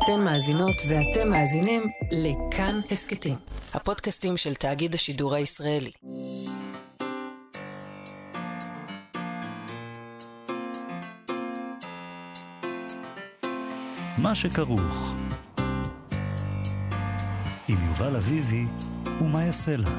אתן מאזינות ואתם מאזינים לכאן הסקטים, הפודקאסטים של תאגיד השידור הישראלי. מה שכרוך עם יובל אביבי ומה יעשה לה.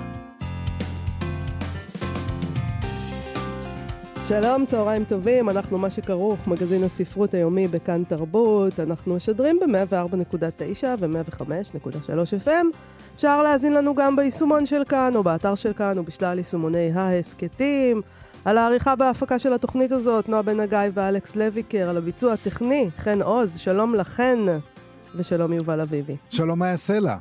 שלום, צהריים טובים, אנחנו מה שכרוך, מגזין הספרות היומי בכאן תרבות. אנחנו משדרים ב-104.9 ו-105.3 FM. אפשר להאזין לנו גם ביישומון של כאן, או באתר של כאן, או בשלל יישומוני ההסקטים. על העריכה בהפקה של התוכנית הזאת, נועה בן הגיא ואלכס לויקר. על הביצוע הטכני, חן עוז. שלום לכן, ושלום יובל אביבי. שלום, מה יעשה לה?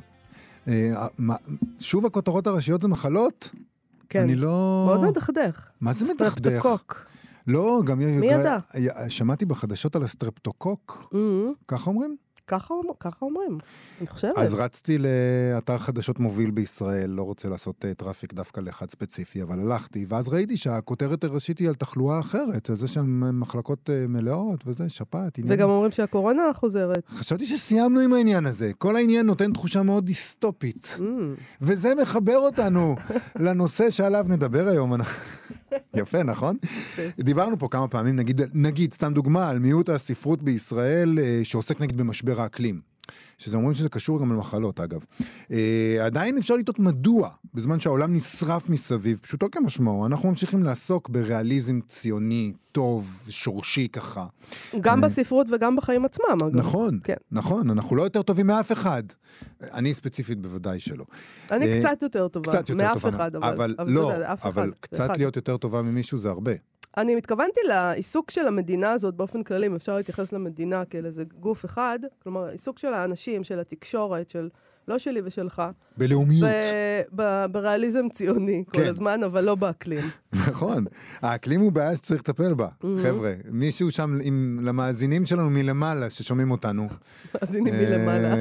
שוב הכותרות הראשיות זה מחלות? כן, אני לא... מאוד מדחדך. מה זה מדחדך? סטרפטוקוק. לא, גם... מי ידע? שמעתי בחדשות על הסטרפטוקוק. ככה אומרים? ככה אומרים, אני חושבת. אז רצתי לאתר חדשות מוביל בישראל, לא רוצה לעשות טראפיק דווקא לאחד ספציפי, אבל הלכתי, ואז ראיתי שהכותרת הראשית היא על תחלואה אחרת, זה שם מחלקות מלאות וזה, שפעת. וגם אומרים שהקורונה חוזרת. חשבתי שסיימנו עם העניין הזה, כל העניין נותן תחושה מאוד דיסטופית, וזה מחבר אותנו לנושא שעליו נדבר היום. יפה, נכון? דיברנו פה כמה פעמים, נגיד, סתם דוגמה, על מיעוט הספרות בישראל שעוסק נגיד במשבר האקלים. שזה אומרים שזה קשור גם למחלות, אגב. עדיין אפשר לטעות מדוע, בזמן שהעולם נשרף מסביב, פשוטו כמשמעו, אנחנו ממשיכים לעסוק בריאליזם ציוני, טוב, שורשי ככה. גם בספרות וגם בחיים עצמם, אגב. נכון, כן. נכון, אנחנו לא יותר טובים מאף אחד. אני ספציפית בוודאי שלא. אני קצת יותר טובה, מאף אחד, אבל לא, אבל קצת להיות יותר טובה ממישהו זה הרבה. אני מתכוונתי לעיסוק של המדינה הזאת באופן כללי, אם אפשר להתייחס למדינה כאל איזה גוף אחד, כלומר, העיסוק של האנשים, של התקשורת, של לא שלי ושלך. בלאומיות. בריאליזם ציוני כל הזמן, אבל לא באקלים. נכון. האקלים הוא בעיה שצריך לטפל בה. חבר'ה, מישהו שם, למאזינים שלנו מלמעלה, ששומעים אותנו. מאזינים מלמעלה.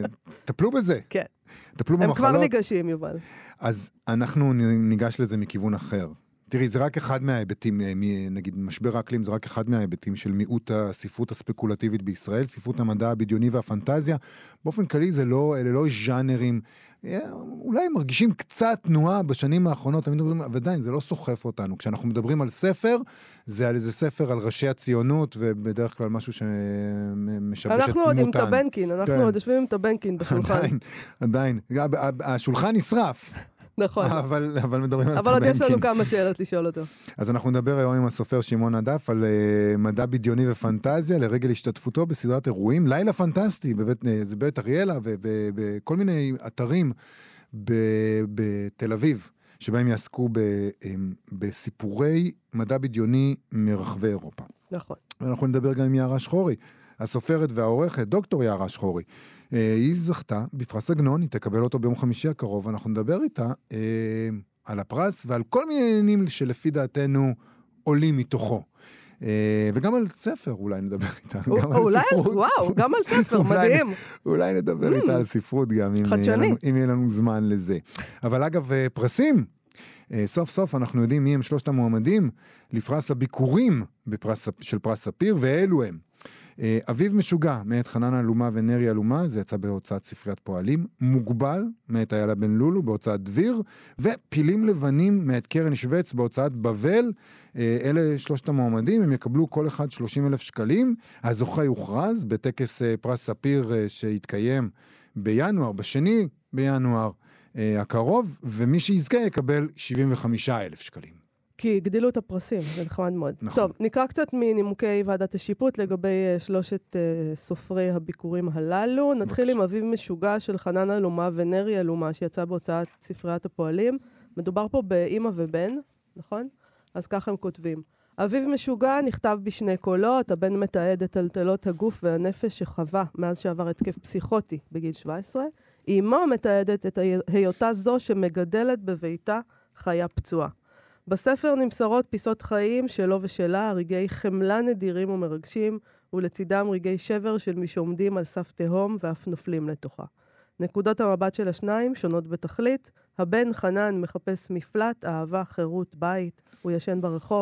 טפלו בזה. כן. טפלו במחלות. הם כבר ניגשים, יובל. אז אנחנו ניגש לזה מכיוון אחר. תראי, זה רק אחד מההיבטים, נגיד משבר האקלים, זה רק אחד מההיבטים של מיעוט הספרות הספקולטיבית בישראל, ספרות המדע הבדיוני והפנטזיה. באופן כללי אלה לא ז'אנרים, אולי מרגישים קצת תנועה בשנים האחרונות, תמיד מדברים, ועדיין זה לא סוחף אותנו. כשאנחנו מדברים על ספר, זה על איזה ספר על ראשי הציונות, ובדרך כלל משהו שמשבש את אנחנו עוד עם תמותן. טבנקין, אנחנו עוד יושבים עם טבנקין בשולחן. עדיין. השולחן נשרף. נכון. אבל מדברים על אבל עוד יש לנו כמה שאלות לשאול אותו. אז אנחנו נדבר היום עם הסופר שמעון הדף על מדע בדיוני ופנטזיה לרגל השתתפותו בסדרת אירועים, לילה פנטסטי, זה בבית אריאלה ובכל מיני אתרים בתל אביב, שבהם יעסקו בסיפורי מדע בדיוני מרחבי אירופה. נכון. ואנחנו נדבר גם עם יערה שחורי, הסופרת והעורכת, דוקטור יערה שחורי. היא זכתה בפרס עגנון, היא תקבל אותו ביום חמישי הקרוב, ואנחנו נדבר איתה על הפרס ועל כל מיני עניינים שלפי דעתנו עולים מתוכו. וגם על ספר אולי נדבר איתה, גם על ספרות. וואו, גם על ספר, מדהים. אולי נדבר איתה על ספרות גם, אם יהיה לנו זמן לזה. אבל אגב, פרסים, סוף סוף אנחנו יודעים מי הם שלושת המועמדים לפרס הביקורים של פרס ספיר, ואלו הם. אביב משוגע, מאת חנן אלומה ונרי אלומה, זה יצא בהוצאת ספריית פועלים, מוגבל, מאת איילה בן לולו, בהוצאת דביר, ופילים לבנים, מאת קרן שווץ, בהוצאת בבל. אלה שלושת המועמדים, הם יקבלו כל אחד 30,000 שקלים, הזוכה יוכרז בטקס פרס ספיר שיתקיים בינואר, בשני בינואר הקרוב, ומי שיזכה יקבל 75,000 שקלים. כי הגדילו את הפרסים, זה נחמד מאוד. נכון. טוב, נקרא קצת מנימוקי ועדת השיפוט לגבי שלושת סופרי הביקורים הללו. נתחיל עם אביב משוגע של חנן אלומה ונרי אלומה, שיצא בהוצאת ספריית הפועלים. מדובר פה באמא ובן, נכון? אז ככה הם כותבים. אביב משוגע נכתב בשני קולות, הבן מתעד את טלטלות הגוף והנפש שחווה מאז שעבר התקף פסיכוטי בגיל 17. אמו מתעדת את היותה זו שמגדלת בביתה חיה פצועה. בספר נמסרות פיסות חיים שלו ושלה, רגעי חמלה נדירים ומרגשים, ולצידם רגעי שבר של מי שעומדים על סף תהום ואף נופלים לתוכה. נקודות המבט של השניים שונות בתכלית. הבן חנן מחפש מפלט, אהבה, חירות, בית, הוא ישן ברחוב,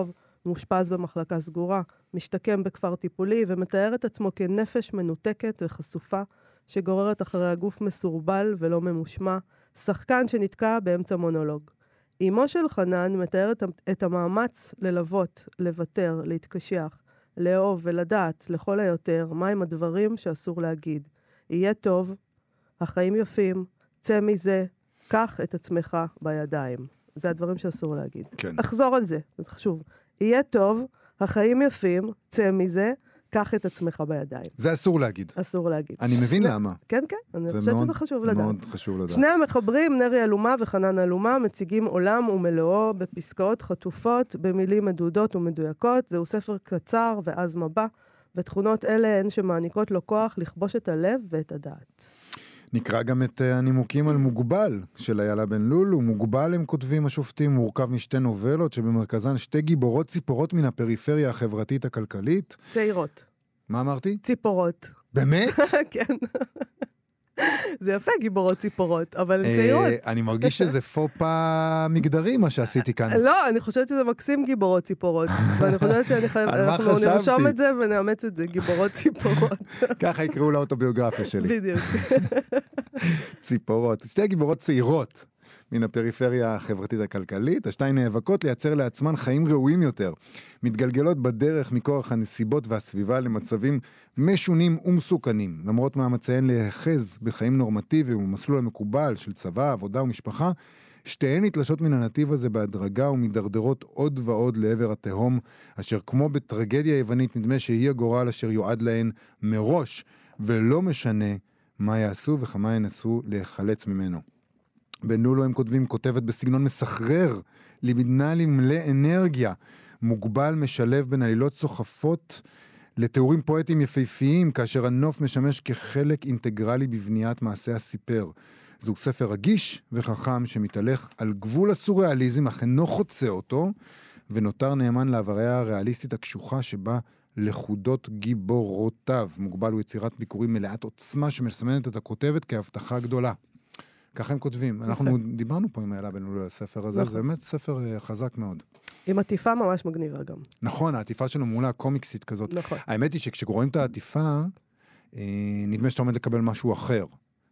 מושפז במחלקה סגורה, משתקם בכפר טיפולי ומתאר את עצמו כנפש מנותקת וחשופה שגוררת אחרי הגוף מסורבל ולא ממושמע, שחקן שנתקע באמצע מונולוג. אמו של חנן מתארת את המאמץ ללוות, לוותר, להתקשח, לאהוב ולדעת לכל היותר מהם הדברים שאסור להגיד. יהיה טוב, החיים יפים, צא מזה, קח את עצמך בידיים. זה הדברים שאסור להגיד. כן. אחזור על זה, זה חשוב. יהיה טוב, החיים יפים, צא מזה, קח את עצמך בידיים. זה אסור להגיד. אסור להגיד. אני מבין למה. כן, כן, אני חושבת שזה חשוב לדעת. מאוד חשוב לדעת. שני המחברים, נרי אלומה וחנן אלומה, מציגים עולם ומלואו בפסקאות חטופות, במילים מדודות ומדויקות. זהו ספר קצר ואז מבא, ותכונות אלה הן שמעניקות לו כוח לכבוש את הלב ואת הדעת. נקרא גם את הנימוקים על מוגבל של איילה בן לולו. מוגבל, הם כותבים השופטים, מורכב משתי נובלות שבמרכזן שתי גיבורות ציפורות מן הפריפריה החברתית הכלכלית. צעירות. מה אמרתי? ציפורות. באמת? כן. זה יפה, גיבורות ציפורות, אבל צעירות. אני מרגיש שזה פופה מגדרי מה שעשיתי כאן. לא, אני חושבת שזה מקסים גיבורות ציפורות. ואני חושבת שאנחנו נרשום את זה ונאמץ את זה, גיבורות ציפורות. ככה יקראו לאוטוביוגרפיה שלי. בדיוק. ציפורות. שתי גיבורות צעירות מן הפריפריה החברתית הכלכלית. השתיים נאבקות לייצר לעצמן חיים ראויים יותר. מתגלגלות בדרך מכורח הנסיבות והסביבה למצבים משונים ומסוכנים. למרות מאמציהן להיאחז בחיים נורמטיביים ומסלול המקובל של צבא, עבודה ומשפחה, שתיהן נתלשות מן הנתיב הזה בהדרגה ומדרדרות עוד ועוד לעבר התהום, אשר כמו בטרגדיה יוונית נדמה שהיא הגורל אשר יועד להן מראש, ולא משנה מה יעשו וכמה ינסו להיחלץ ממנו. בן לולו הם כותבים, כותבת בסגנון מסחרר, לימידנלי מלא אנרגיה, מוגבל משלב בין עלילות סוחפות לתיאורים פואטיים יפהפיים, כאשר הנוף משמש כחלק אינטגרלי בבניית מעשה הסיפר. זהו ספר רגיש וחכם שמתהלך על גבול הסוריאליזם, אך אינו חוצה אותו, ונותר נאמן לעבריה הריאליסטית הקשוחה שבה לחודות גיבורותיו. מוגבל הוא יצירת ביקורים מלאת עוצמה שמסמנת את הכותבת כהבטחה גדולה. ככה הם כותבים. אנחנו דיברנו פה עם איילה בן לולו על הספר הזה, זה באמת ספר חזק מאוד. עם עטיפה ממש מגניבה גם. נכון, העטיפה שלו מולה קומיקסית כזאת. נכון. האמת היא שכשרואים את העטיפה, נדמה שאתה עומד לקבל משהו אחר.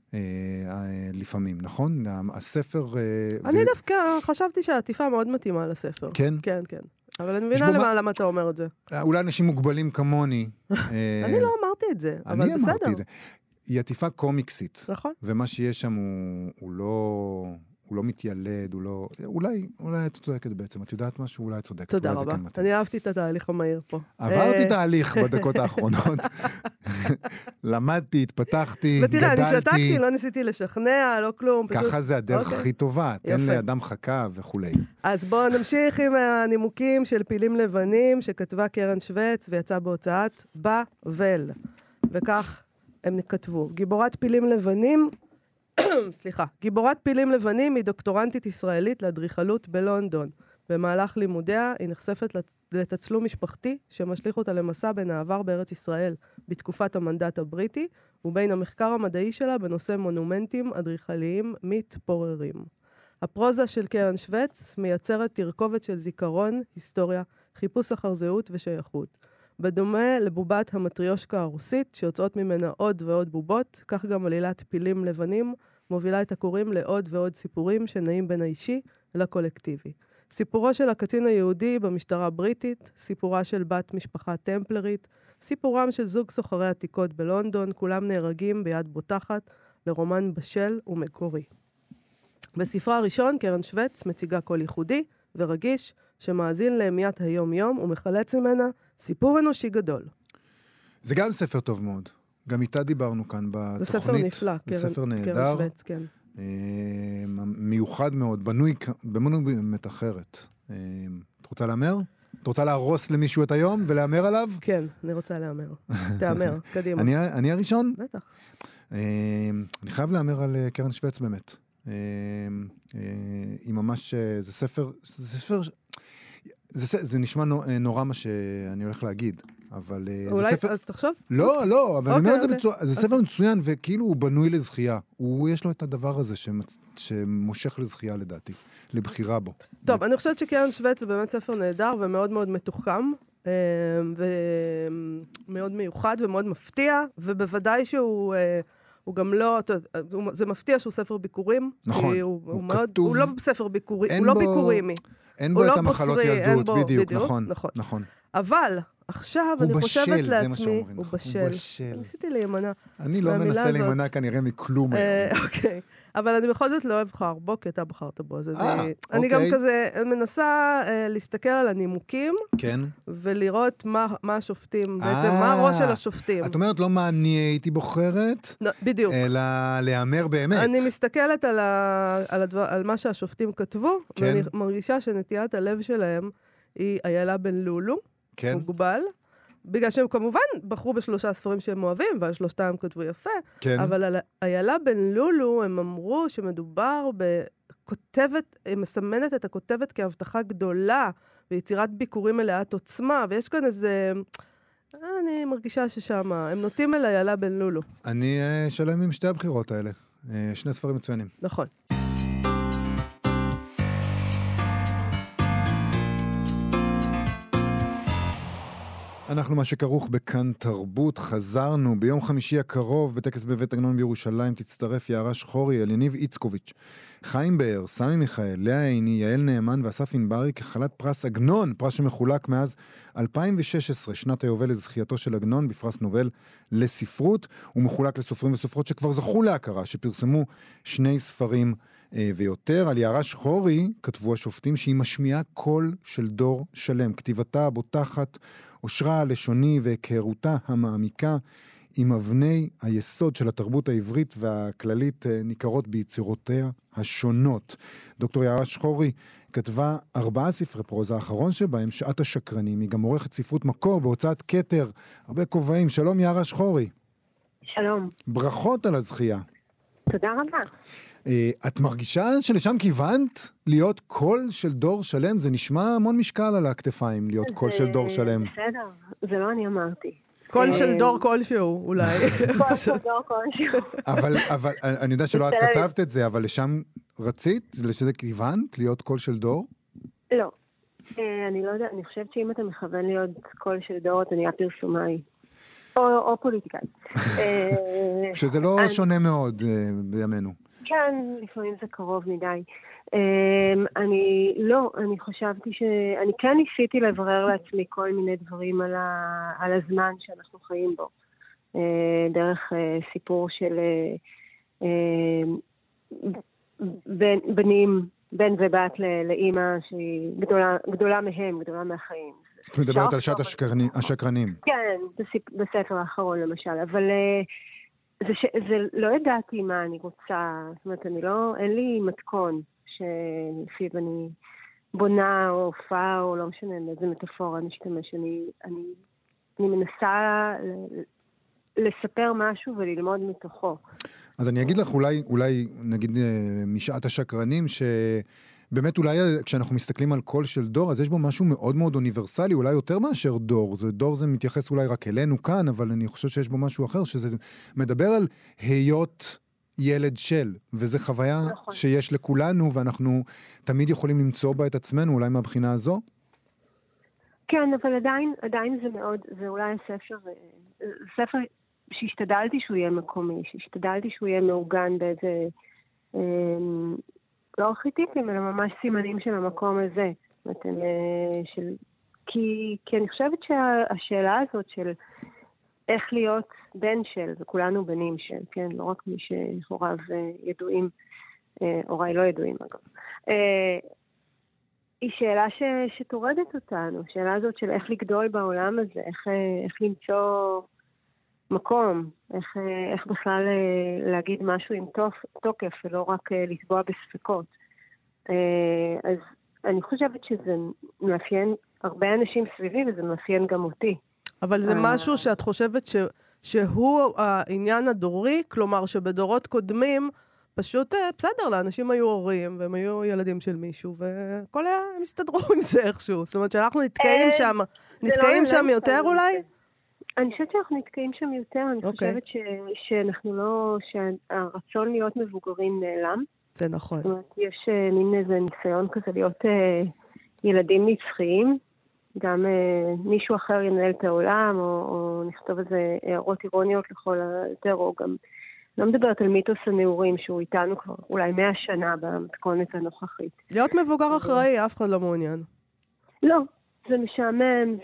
לפעמים, נכון? הספר... אני דווקא חשבתי שהעטיפה מאוד מתאימה לספר. כן? כן, כן. אבל אני מבינה למה אתה אומר את זה. אולי אנשים מוגבלים כמוני. אני לא אמרתי את זה, אבל בסדר. אני אמרתי את זה. היא עטיפה קומיקסית. נכון. ומה שיש שם הוא לא מתיילד, אולי את צודקת בעצם, את יודעת משהו, אולי את צודקת. תודה רבה. אני אהבתי את התהליך המהיר פה. עברתי תהליך בדקות האחרונות. למדתי, התפתחתי, גדלתי. ותראה, אני שתקתי, לא ניסיתי לשכנע, לא כלום. ככה זה הדרך הכי טובה, תן לאדם חכה וכולי. אז בואו נמשיך עם הנימוקים של פילים לבנים, שכתבה קרן שווץ ויצא בהוצאת בבל. וכך הם כתבו, גיבורת פילים לבנים, גיבורת פילים לבנים היא דוקטורנטית ישראלית לאדריכלות בלונדון. במהלך לימודיה היא נחשפת לתצלום משפחתי שמשליך אותה למסע בין העבר בארץ ישראל בתקופת המנדט הבריטי, ובין המחקר המדעי שלה בנושא מונומנטים אדריכליים מתפוררים. הפרוזה של קרן שווץ מייצרת תרכובת של זיכרון, היסטוריה, חיפוש אחר זהות ושייכות. בדומה לבובת המטריושקה הרוסית, שיוצאות ממנה עוד ועוד בובות, כך גם עלילת פילים לבנים מובילה את הקוראים לעוד ועוד סיפורים שנעים בין האישי לקולקטיבי. סיפורו של הקצין היהודי במשטרה הבריטית, סיפורה של בת משפחה טמפלרית, סיפורם של זוג סוחרי עתיקות בלונדון, כולם נהרגים ביד בוטחת לרומן בשל ומקורי. בספרה הראשון, קרן שווץ מציגה קול ייחודי ורגיש, שמאזין להמיית היום-יום ומחלץ ממנה סיפור אנושי גדול. זה גם ספר טוב מאוד. גם איתה דיברנו כאן בתוכנית. זה ספר נפלא, זה ספר נהדר. קרן שווץ, כן. מיוחד מאוד, בנוי באמת אחרת. את רוצה לאמר? את רוצה להרוס למישהו את היום ולאמר עליו? כן, אני רוצה לאמר. תאמר, קדימה. אני הראשון? בטח. אני חייב לאמר על קרן שווץ באמת. היא ממש, זה נשמע נורא מה שאני הולך להגיד, אבל אולי, זה ספר... אז תחשוב. לא, אבל אני אומר את זה זה ספר מצוין, וכאילו הוא בנוי לזכייה. יש לו את הדבר הזה שמושך לזכייה לדעתי, לבחירה בו. טוב, אני חושבת שקרן שווייץ זה באמת ספר נהדר ומאוד מאוד מתוחכם, ומאוד מיוחד ומאוד מפתיע, ובוודאי שהוא גם לא, זה מפתיע שהוא ספר ביקורים. נכון, הוא כתוב. הוא לא ספר ביקורי, הוא לא ביקורימי. אין בו את המחלות ילדות, בדיוק, נכון. אבל עכשיו אני חושבת לעצמי, זה מה שאומרים. הוא בשל. ניסיתי להימנע. אני לא מנסה להימנע כנראה מכלום. אוקיי. אבל אני בכל זאת לא אבחר בו, כי אתה בחרת בו. אני גם כזה מנסה להסתכל על הנימוקים, ולראות מה השופטים, בעצם מה הראש של השופטים. את אומרת לא מה אני הייתי בוחרת, בדיוק. אלא להיאמר באמת. אני מסתכלת על מה שהשופטים כתבו, ואני מרגישה שנטיית הלב שלהם היא איילה בן לולו, מוגבל, בגלל שהם כמובן בחרו בשלושה ספרים שהם אוהבים, ועל שלושתם כתבו יפה, אבל על איילה בן לולו הם אמרו שמדובר בכותבת, היא מסמנת את הכותבת כהבטחה גדולה, ויצירת ביקורים מלאת עוצמה, ויש כאן איזה... אני מרגישה ששם, הם נוטים אל איילה בן לולו. אני שלם עם שתי הבחירות האלה. שני ספרים מצוינים. נכון. אנחנו מה שכרוך בכאן תרבות, חזרנו ביום חמישי הקרוב בטקס בבית עגנון בירושלים, תצטרף יערה שחורי, אליניב איצקוביץ', חיים באר, סמי מיכאל, לאה עיני, יעל נאמן ואסף אינברי כחלת פרס עגנון, פרס שמחולק מאז 2016, שנת היובל לזכייתו של עגנון בפרס נובל לספרות, הוא מחולק לסופרים וסופרות שכבר זכו להכרה, שפרסמו 2 ספרים ויותר. על יערה שחורי כתבו השופטים שהיא משמיעה קול של דור שלם, כתיבתה הבוטחת, אושרה הלשוני והיכרותה המעמיקה עם אבני היסוד של התרבות העברית והכללית ניכרות ביצירותיה השונות. דוקטור יערה שחורי כתבה 4 ספרי פרוזה, האחרון שבהם שעת השקרנים, היא גם עורכת ספרות מקור בהוצאת כתר, הרבה כובעים. שלום יערה שחורי. שלום. ברכות על הזכייה. תודה רבה. את מרגישה שלשם כיוונת להיות קול של דור שלם? זה נשמע המון משקל על הכתפיים, להיות קול של דור שלם. בסדר, זה לא אני אמרתי. קול של דור כלשהו, אולי. קול של דור כלשהו. אבל אני יודע שלא את כתבת את זה, אבל לשם רצית? לשם כיוונת להיות קול של דור? לא. אני לא יודע, אני חושבת שאם אתה מכוון להיות קול של דור, אתה נהיה פרסומאי. או פוליטיקאי. שזה לא שונה מאוד בימינו. כן, לפעמים זה קרוב מדי. אני חשבתי אני כן ניסיתי לברר לעצמי כל מיני דברים על הזמן שאנחנו חיים בו. דרך סיפור של בן ובת לאמא שהיא גדולה מהם, גדולה מהחיים. את מדברת על שעת השקרנים. כן, בספר האחרון למשל, אבל זה לא ידעתי מה אני רוצה, זאת אומרת, אין לי מתכון שלפיו אני בונה או הופעה או לא משנה, איזה מטאפורה נשתמש, אני מנסה לספר משהו וללמוד מתוכו. אז אני אגיד לך אולי נגיד משעת השקרנים באמת אולי כשאנחנו מסתכלים על קול של דור, אז יש בו משהו מאוד מאוד אוניברסלי, אולי יותר מאשר דור. דור זה מתייחס אולי רק אלינו כאן, אבל אני חושב שיש בו משהו אחר, שזה מדבר על היות ילד של, וזו חוויה שיש לכולנו, ואנחנו תמיד יכולים למצוא בה את עצמנו, אולי מהבחינה הזו. כן, אבל עדיין זה מאוד, זה אולי ספר שהשתדלתי שהוא יהיה מקומי, שהשתדלתי שהוא יהיה מאורגן באיזה... לא ארכיטיפים, אלא ממש סימנים של המקום הזה. כי אני חושבת שהשאלה הזאת של איך להיות בן של, וכולנו בנים של, כן? לא רק מי שהוריו ידועים, הוריי לא ידועים אגב. היא שאלה שתורדת אותנו, השאלה הזאת של איך לגדול בעולם הזה, איך למצוא מקום, איך בכלל להגיד משהו עם תוקף, ולא רק לטבוע בספקות. אז אני חושבת שזה מאפיין הרבה אנשים סביבי, וזה מאפיין גם אותי. אבל זה משהו שאת חושבת שהוא העניין הדורי, כלומר שבדורות קודמים, פשוט בסדר, לאנשים היו הורים, והם היו ילדים של מישהו, וכל הם הסתדרו עם זה איכשהו. זאת אומרת שאנחנו נתקעים שם יותר אולי? אני חושבת שאנחנו נתקעים שם יותר, אני חושבת שאנחנו לא, שהרצון להיות מבוגרים נעלם. זה נכון. זאת אומרת, יש מין איזה ניסיון כזה להיות ילדים נצחיים, גם מישהו אחר ינהל את העולם, או נכתוב איזה הערות אירוניות לכל היותר, או גם, לא מדברת על מיתוס הנעורים, שהוא איתנו כבר אולי 100 שנה במתכונת הנוכחית. להיות מבוגר אחראי, אף אחד לא מעוניין. לא, זה משעמם,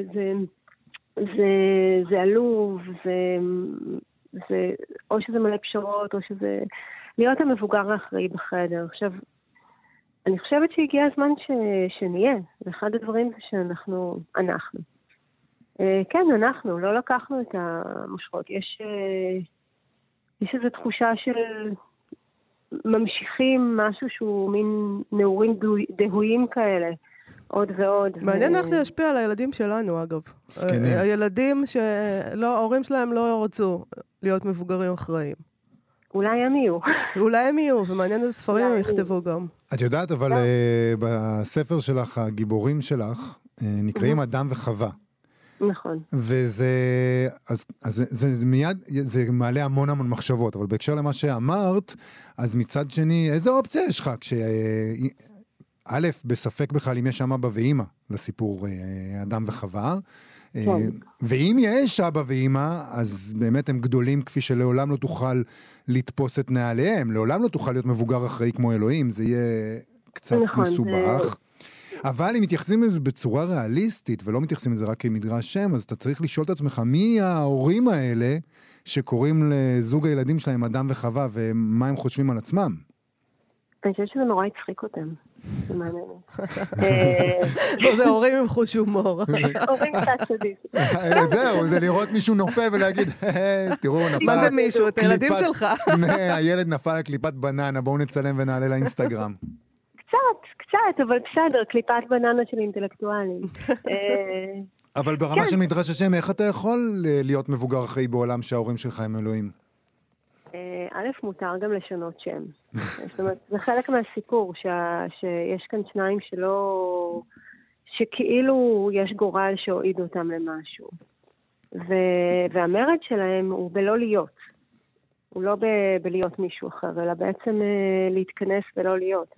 זה עלוב, זה או שזה מלא פשרות, או שזה להיות המבוגר האחראי בחדר. עכשיו, אני חושבת שהגיע הזמן שנהיה, ואחד הדברים זה שאנחנו, כן, אנחנו, לא לקחנו את המושכות. יש איזו תחושה של ממשיכים משהו שהוא מין נעורים דהויים כאלה. עוד ועוד. מעניין איך זה ישפיע על הילדים שלנו, אגב. סקנים. הילדים ההורים שלהם לא רצו להיות מבוגרים אחראים. אולי הם יהיו. אולי הם יהיו, ומעניין איזה ספרים הם יכתבו גם. את יודעת, אבל בספר שלך, הגיבורים שלך, נקראים אדם וחווה. נכון. וזה, זה מיד, זה מעלה המון מחשבות, אבל בהקשר למה שאמרת, אז מצד שני, איזה אופציה יש לך א', בספק בכלל אם יש שם אבא ואמא לסיפור אדם וחווה, ואם יש אבא ואמא, אז באמת הם גדולים כפי שלעולם לא תוכל לתפוס את נעליהם, לעולם לא תוכל להיות מבוגר אחראי כמו אלוהים, זה יהיה קצת מסובך. אבל אם מתייחסים לזה בצורה ריאליסטית, ולא מתייחסים לזה רק כמדרש שם, אז אתה צריך לשאול את עצמך, מי ההורים האלה שקוראים לזוג הילדים שלהם אדם וחווה, ומה הם חושבים על עצמם? אני חושבת שזה נורא יצחיק אותם. זה מעניין. זה הורים עם חוש הומור. הורים קצת צדיק. זהו, זה לראות מישהו נופל ולהגיד, תראו, נפל... מה זה מישהו? את הילדים שלך. הילד נפל על קליפת בננה, בואו נצלם ונעלה לאינסטגרם. קצת, אבל בסדר, קליפת בננה של אינטלקטואלים. אבל ברמה של מדרש השם, איך אתה יכול להיות מבוגר אחראי בעולם שההורים שלך הם אלוהים? א', מותר גם לשנות שם. זאת אומרת, זה חלק מהסיפור, שיש כאן שניים שכאילו יש גורל שהועיד אותם למשהו. והמרד שלהם הוא בלא להיות. הוא לא בלהיות מישהו אחר, אלא בעצם להתכנס ולא להיות.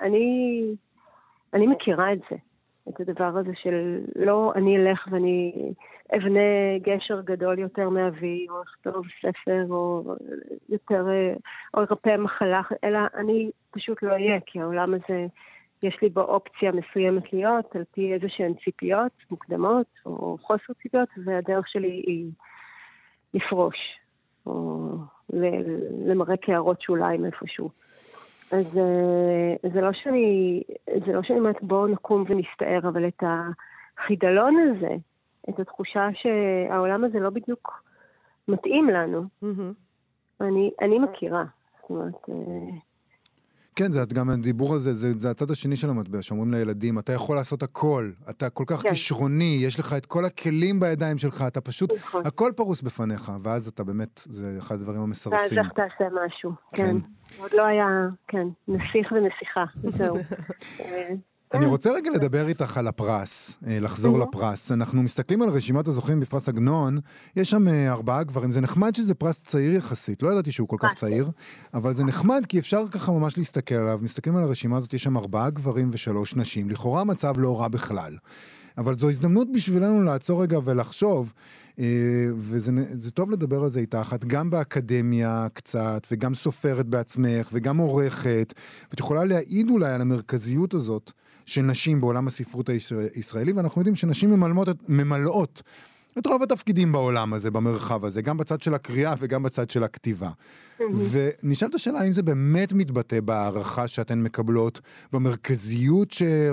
ואני מכירה את זה, את הדבר הזה של לא אני אלך ואני אבנה גשר גדול יותר מאבי, או אכתוב ספר, או יותר, או ירפא מחלה, אלא אני פשוט לא אהיה, כי העולם הזה יש לי בו אופציה מסוימת להיות, על פי איזה שהן ציפיות מוקדמות, או חוסר ציפיות, והדרך שלי היא לפרוש, או למראה כערות שוליים איפשהו. אז זה לא שאני אומרת בואו נקום ונסתער, אבל את החידלון הזה, את התחושה שהעולם הזה לא בדיוק מתאים לנו, אני מכירה. זאת אומרת... כן, זה גם הדיבור הזה, זה הצד השני של המטבע, שאומרים לילדים, אתה יכול לעשות הכל, אתה כל כך כישרוני, יש לך את כל הכלים בידיים שלך, אתה פשוט, הכל פרוס בפניך, ואז אתה באמת, זה אחד הדברים המסרסים. ואז איך תעשה משהו, כן. עוד לא היה, כן, נסיך ונסיכה, זהו. אני רוצה רגע לדבר איתך על הפרס, לחזור לפרס. אנחנו מסתכלים על רשימת הזוכים בפרס עגנון, יש שם 4 גברים, זה נחמד שזה פרס צעיר יחסית, לא ידעתי שהוא כל כך צעיר, אבל זה נחמד כי אפשר ככה ממש להסתכל עליו, מסתכלים על הרשימה הזאת, יש שם 4 גברים ו3 נשים, לכאורה המצב לא רע בכלל. אבל זו הזדמנות בשבילנו לעצור רגע ולחשוב, וזה טוב לדבר על זה איתך, את גם באקדמיה קצת, וגם סופרת בעצמך, וגם עורכת, ואת יכולה להעיד אולי על המרכזיות הזאת, של נשים בעולם הספרות הישראלי, ואנחנו יודעים שנשים ממלאות את רוב התפקידים בעולם הזה, במרחב הזה, גם בצד של הקריאה וגם בצד של הכתיבה. ונשאלת השאלה, האם זה באמת מתבטא בהערכה שאתן מקבלות, במרכזיות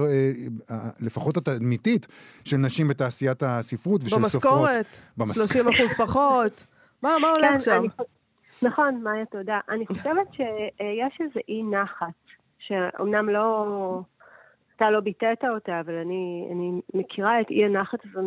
לפחות התדמיתית של נשים בתעשיית הספרות ושל סופרות. במשכורת, 30% פחות. מה הולך שם? נכון, מאיה, תודה. אני חושבת שיש איזה אי נחת, שאומנם לא... אתה לא ביטאת אותה, אבל אני מכירה את אי הנחת הזו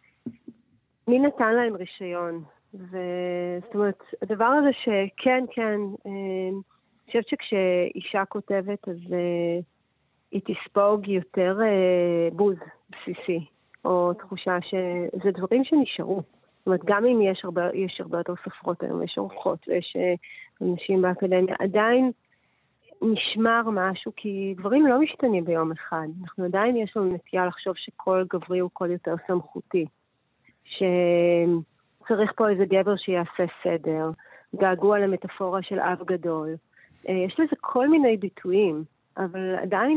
מי נתן להם רישיון. זאת אומרת, הדבר הזה שכן, אני חושבת שכשאישה כותבת, אז היא תספוג יותר בוז בסיסי, או תחושה שזה דברים שנשארו. זאת אומרת, גם אם יש הרבה יותר סופרות היום, יש עורכות ויש אנשים באקדמיה, עדיין נשמר משהו, כי דברים לא משתנים ביום אחד. אנחנו עדיין יש לנו נטייה לחשוב שכל גברי הוא כל יותר סמכותי. שצריך פה איזה גבר שיעשה סדר, געגוע למטאפורה של אב גדול. יש לזה כל מיני ביטויים, אבל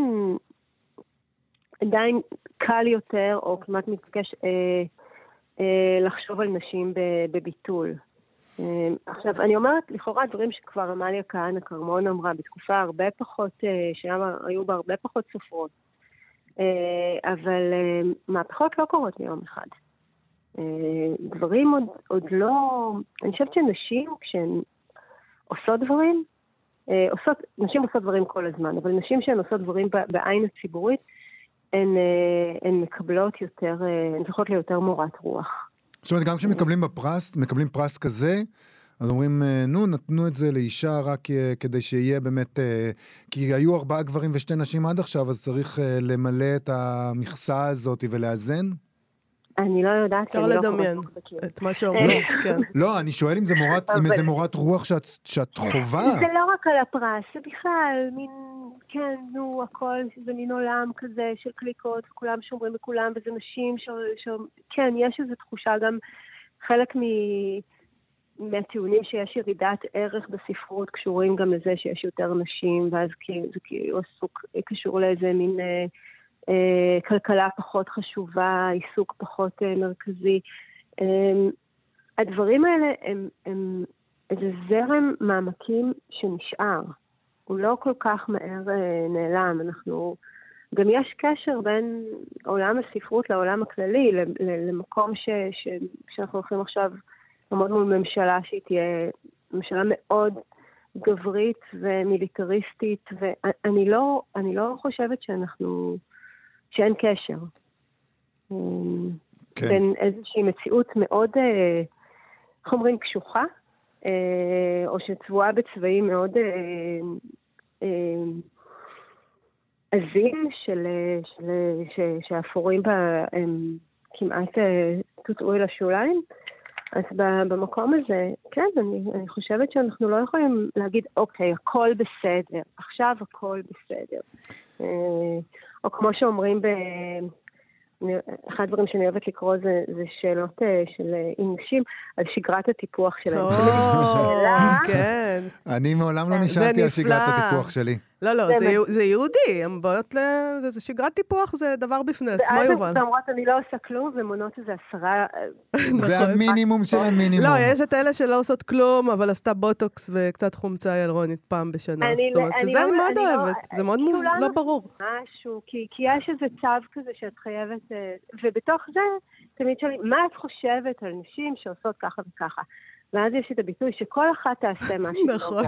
עדיין קל יותר, או כמעט מתבקש לחשוב על נשים בביטול. עכשיו, אני אומרת לכאורה דברים שכבר עמליה כהנא כרמון אמרה, בתקופה הרבה פחות, שהיו בה הרבה פחות סופרות. אבל מהפכות לא קורות ביום אחד. דברים עוד לא... אני חושבת שנשים, כשהן עושות דברים, נשים עושות דברים כל הזמן, אבל נשים שהן עושות דברים בעין הציבורית, הן מקבלות יותר, הן זוכות ליותר מורת רוח. זאת אומרת, גם כשמקבלים פרס כזה, אז אומרים, נתנו את זה לאישה רק כדי שיהיה באמת, כי היו 4 גברים ו2 נשים עד עכשיו, אז צריך למלא את המכסה הזאת ולאזן? אני לא יודעת. אפשר לדמיין את מה שאומרים, כן. לא, אני שואל אם זה מורת רוח שאת חובה. זה לא רק על הפרס, זה בכלל מין, כן, הכל, זה מין עולם כזה של קליקות, וכולם שומרים בכולם, וזה נשים כן, יש איזו תחושה גם, חלק מהטיעונים שיש ירידת ערך בספרות, קשורים גם לזה שיש יותר נשים, ואז זה כאילו קשור לאיזה מין... כלכלה פחות חשובה, עיסוק פחות מרכזי. הדברים האלה הם איזה זרם מעמקים שנשאר. הוא לא כל כך מהר נעלם. גם יש קשר בין עולם הספרות לעולם הכללי, למקום שאנחנו הולכים עכשיו לעמוד מול ממשלה שהיא תהיה ממשלה מאוד גברית ומיליטריסטית, ואני לא חושבת שאין קשר. כן. בין איזושהי מציאות מאוד, איך אומרים, קשוחה, או שצבועה בצבעים מאוד עזים, שהאפורים בה הם כמעט תוטעו אל השוליים. אז במקום הזה, כן, אני חושבת שאנחנו לא יכולים להגיד, אוקיי, הכל בסדר, עכשיו הכל בסדר. או כמו שאומרים, אחד הדברים שאני אוהבת לקרוא זה שאלות של נשים על שגרת הטיפוח שלהם. כן. אני מעולם לא נשאלתי על שגרת הטיפוח שלי. לא, זה יהודי, זה שגרת טיפוח, זה דבר בפני עצמו, יובל. ואז אומרות, אני לא עושה כלום, ומונות איזה 10... זה המינימום של המינימום. לא, יש את אלה שלא עושות כלום, אבל עשתה בוטוקס וקצת חומצה ילרונית פעם בשנה. זאת אומרת, שזה אני מאוד אוהבת, זה מאוד לא ברור. משהו, כי יש איזה צו כזה שאת חייבת, ובתוך זה, תמיד שואלים, מה את חושבת על נשים שעושות ככה וככה? ואז יש את הביטוי שכל אחת תעשה משהו. נכון.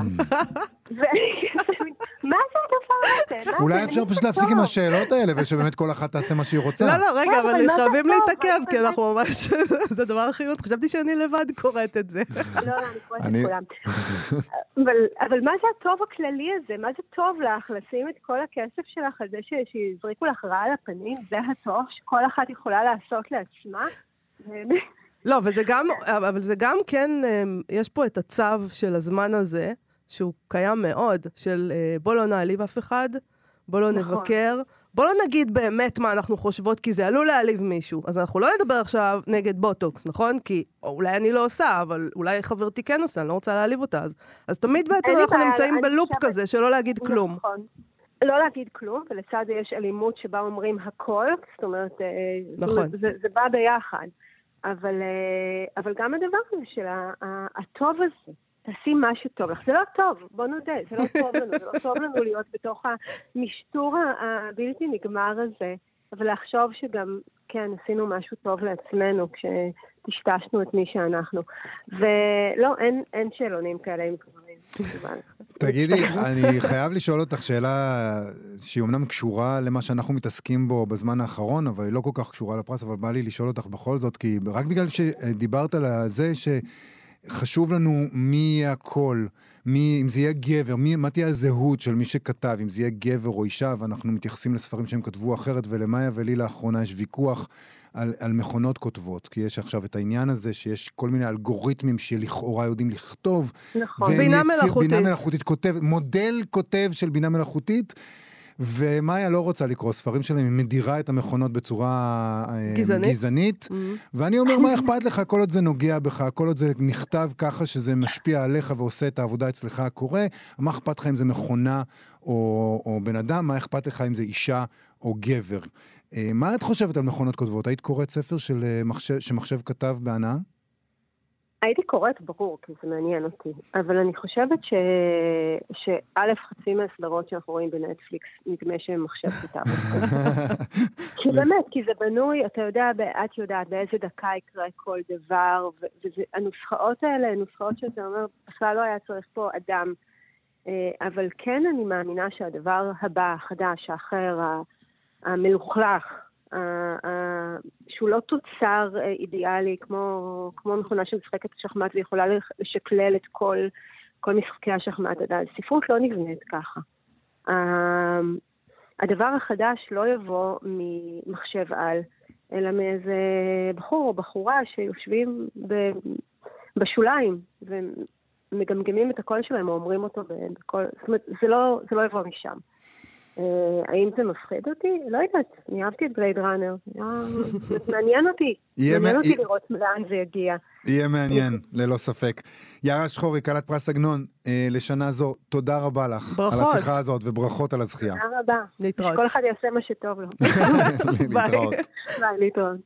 מה זה הדבר הזה? אולי אפשר פשוט להפסיק עם השאלות האלה, ושבאמת כל אחת תעשה מה שהיא רוצה. לא, רגע, אבל חייבים להתעכב, כי אנחנו ממש... זה הדבר הכי... חשבתי שאני לבד קוראת את זה. לא, אני קוראת את כולם. אבל מה זה הטוב הכללי הזה? מה זה טוב לך לשים את כל הכסף שלך על זה שיזריקו לך רע על הפנים? זה הטוב שכל אחת יכולה לעשות לעצמה? לא, אבל זה גם כן, יש פה את הצו של הזמן הזה, שהוא קיים מאוד, של בוא לא נעליב אף אחד, בוא לא נבקר, בוא לא נגיד באמת מה אנחנו חושבות, כי זה עלול להעליב מישהו. אז אנחנו לא נדבר עכשיו נגד בוטוקס, נכון? כי אולי אני לא עושה, אבל אולי חברתי כן עושה, אני לא רוצה להעליב אותה. אז תמיד בעצם אנחנו נמצאים בלופ כזה, שלא להגיד כלום. נכון. לא להגיד כלום, ולצד יש אלימות שבה אומרים הכל, זאת אומרת, זה בא ביחד. אבל גם הדבר הזה של הטוב הזה, תעשי משהו טוב לך. זה לא טוב, בוא נודה, זה לא טוב לנו, זה לא טוב לנו להיות בתוך המשטור הבלתי נגמר הזה, אבל לחשוב שגם, כן, עשינו משהו טוב לעצמנו כשתשתשנו את מי שאנחנו. ולא, אין שאלונים כאלה עם גברים. תגידי, אני חייב לשאול אותך שאלה שהיא אומנם קשורה למה שאנחנו מתעסקים בו בזמן האחרון, אבל היא לא כל כך קשורה לפרס, אבל בא לי לשאול אותך בכל זאת, כי רק בגלל שדיברת על זה חשוב לנו מי יהיה הכל, אם זה יהיה גבר, מה תהיה הזהות של מי שכתב, אם זה יהיה גבר או אישה, ואנחנו מתייחסים לספרים שהם כתבו אחרת, ולמאיה ולי לאחרונה יש ויכוח על מכונות כותבות, כי יש עכשיו את העניין הזה שיש כל מיני אלגוריתמים שלכאורה יודעים לכתוב, נכון, בינה מלאכותית כותב, מודל כותב של בינה מלאכותית, ומאיה לא רוצה לקרוא ספרים שלהם, היא מדירה את המכונות בצורה גזענית, ואני אומר, מה אכפת לך כל עוד זה נוגע בך, כל עוד זה נכתב ככה שזה משפיע עליך ועושה את העבודה אצלך הקורא, מה אכפת לך אם זה מכונה או בן אדם, מה אכפת לך אם זה אישה או גבר. מה את חושבת על מכונות כותבות? היית קוראת ספר שמחשב כתב בהנאה? הייתי קוראת, ברור, כי זה מעניין אותי. אבל אני חושבת שא' חצי מהסדרות שאנחנו רואים בנטפליקס, נדמה שהם מחשב כתב. כי באמת, כי זה בנוי, אתה יודע, את יודעת באיזה דקה יקרה כל דבר, והנוסחאות האלה, הנוסחאות שאתה אומר, בכלל לא היה צריך פה אדם. אבל כן אני מאמינה שהדבר הבא, החדש, האחר, המלוכלך, שהוא לא תוצר אידיאלי, כמו מכונה שמשחקת שחמט ויכולה לשקלל את כל משחקי השחמט. הספרות לא נבנית ככה. הדבר החדש לא יבוא ממחשב על, אלא מאיזה בחור או בחורה שיושבים בשוליים ומגמגמים את הקול שלהם או אומרים אותו בקול. זאת אומרת, זה לא יבוא משם. האם זה מפחיד אותי? לא יודעת, אני אהבתי את בלייד ראנר. מעניין אותי. מעניין אותי לראות לאן זה יגיע. יהיה מעניין, ללא ספק. יערה שחורי, כלת פרס עגנון, לשנה זו, תודה רבה לך. ברכות. על השיחה הזאת, וברכות על הזכייה. תודה רבה. להתראות. כל אחד יעשה מה שטוב לו. להתראות. ביי, להתראות.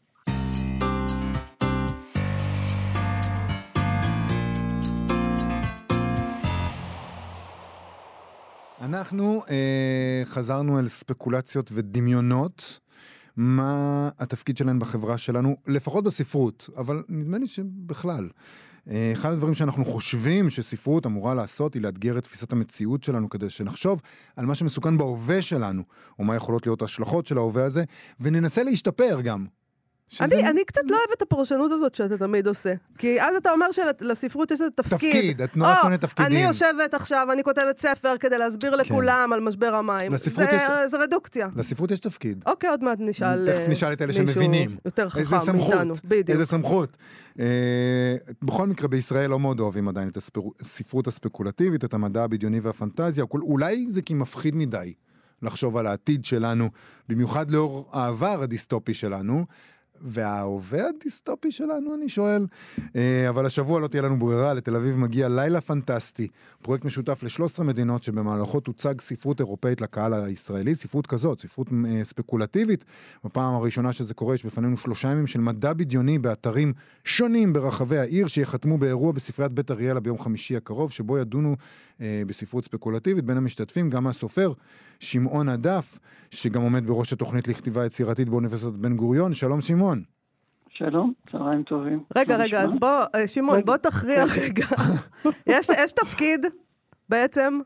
אנחנו חזרנו אל ספקולציות ודמיונות, מה התפקיד שלהן בחברה שלנו, לפחות בספרות, אבל נדמה לי שבכלל. אחד הדברים שאנחנו חושבים שספרות אמורה לעשות, היא לאתגר את תפיסת המציאות שלנו, כדי שנחשוב על מה שמסוכן בהווה שלנו, או מה יכולות להיות ההשלכות של ההווה הזה, וננסה להשתפר גם. אני קצת לא אוהבת את הפרשנות הזאת שאתה תמיד עושה. כי אז אתה אומר שלספרות יש את תפקיד. את נורא שונאת תפקידים. אני יושבת עכשיו, אני כותבת ספר כדי להסביר לכולם על משבר המים. זה רדוקציה. לספרות יש תפקיד. אוקיי, עוד מעט נשאל תכף נשאל את אלה שמבינים. יותר חכם מאיתנו. איזה סמכות. בכל מקרה, בישראל לא מאוד אוהבים עדיין את הספרות הספקולטיבית, את המדע הבדיוני והפנטזיה. אולי זה כי מפחיד מדי לחשוב על העתיד שלנו, במיוחד לאור העבר הדיסטופי שלנו. וההווה הדיסטופי שלנו, אני שואל. אבל השבוע לא תהיה לנו ברירה, לתל אביב מגיע לילה פנטסטי, פרויקט משותף ל13 מדינות שבמהלכו תוצג ספרות אירופאית לקהל הישראלי, ספרות כזאת, ספרות ספקולטיבית. בפעם הראשונה שזה קורה, יש בפנינו 3 ימים של מדע בדיוני באתרים שונים ברחבי העיר, שיחתמו באירוע בספריית בית אריאלה ביום חמישי הקרוב, שבו ידונו בספרות ספקולטיבית. בין המשתתפים גם הסופר שמעון הדף, שגם עומד בראש התוכנית לכתיבה יצירתית באוניברסיטת בן גוריון. שלום שמעון. שלום, צהריים טובים. רגע, אז בוא, שמעון, בוא תכריע רגע. יש תפקיד בעצם?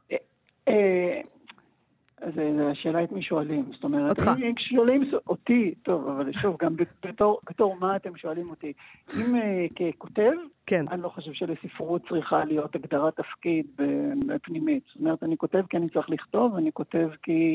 אז השאלה את מי שואלים. זאת אומרת, אם שואלים אותי, טוב, אבל שוב, גם בתור מה אתם שואלים אותי. אם ככותב, אני לא חושב שלספרות צריכה להיות הגדרת תפקיד בפנימית. זאת אומרת, אני כותב כי אני צריך לכתוב, אני כותב כי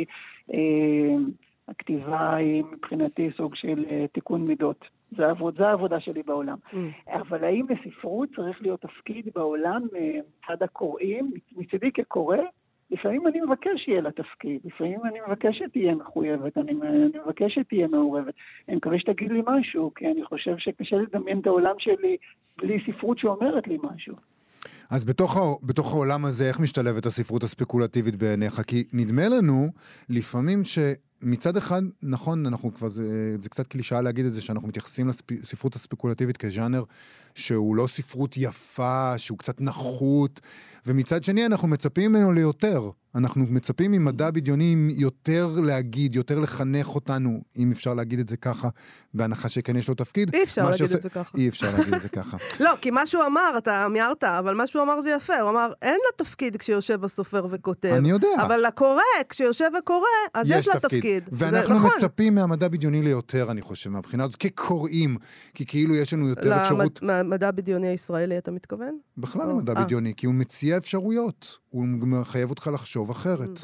הכתיבה היא מבחינתי סוג של תיקון מידות. זה העבודה שלי בעולם. אבל האם בספרות צריך להיות תפקיד בעולם מצד הקוראים, מצדי כקורא? לפעמים אני מבקש שיהיה לה תפקיד, לפעמים אני מבקש שתהיה מחויבת, אני מבקש שתהיה מעורבת. אני מקווה שתגיד לי משהו, כי אני חושב שקשה לדמיין את העולם שלי בלי ספרות שאומרת לי משהו. אז בתוך העולם הזה, איך משתלבת הספרות הספקולטיבית בעיניך? כי נדמה לנו לפעמים מצד אחד, נכון, אנחנו כבר, זה קצת קלישאה להגיד את זה, שאנחנו מתייחסים לספרות הספקולטיבית כז'אנר שהוא לא ספרות יפה, שהוא קצת נחות, ומצד שני אנחנו מצפים ממנו ליותר. אנחנו מצפים ממדע בדיוני יותר להגיד, יותר לחנך אותנו, אם אפשר להגיד את זה ככה, בהנחה שכן יש לו תפקיד. אי אפשר להגיד את זה ככה. אי אפשר להגיד את זה ככה. לא, כי מה שהוא אמר, אתה מיירת, אבל מה שהוא אמר זה יפה. הוא אמר, אין לה תפקיד כשיושב הסופר וכותב. אני יודע. אבל לקורא, כשיושב וקורא, אז יש לה תפקיד. תפקיד. ואנחנו מצפים מהמדע בדיוני ליותר, אני חושב, מהבחינה הזאת, כקוראים, כי כאילו יש לנו יותר אפשרות... למדע בדיוני הישראלי אתה מתכוון? בכלל למדע בדיוני, כי הוא מציע אפשרויות, הוא מחייב אותך לחשוב אחרת.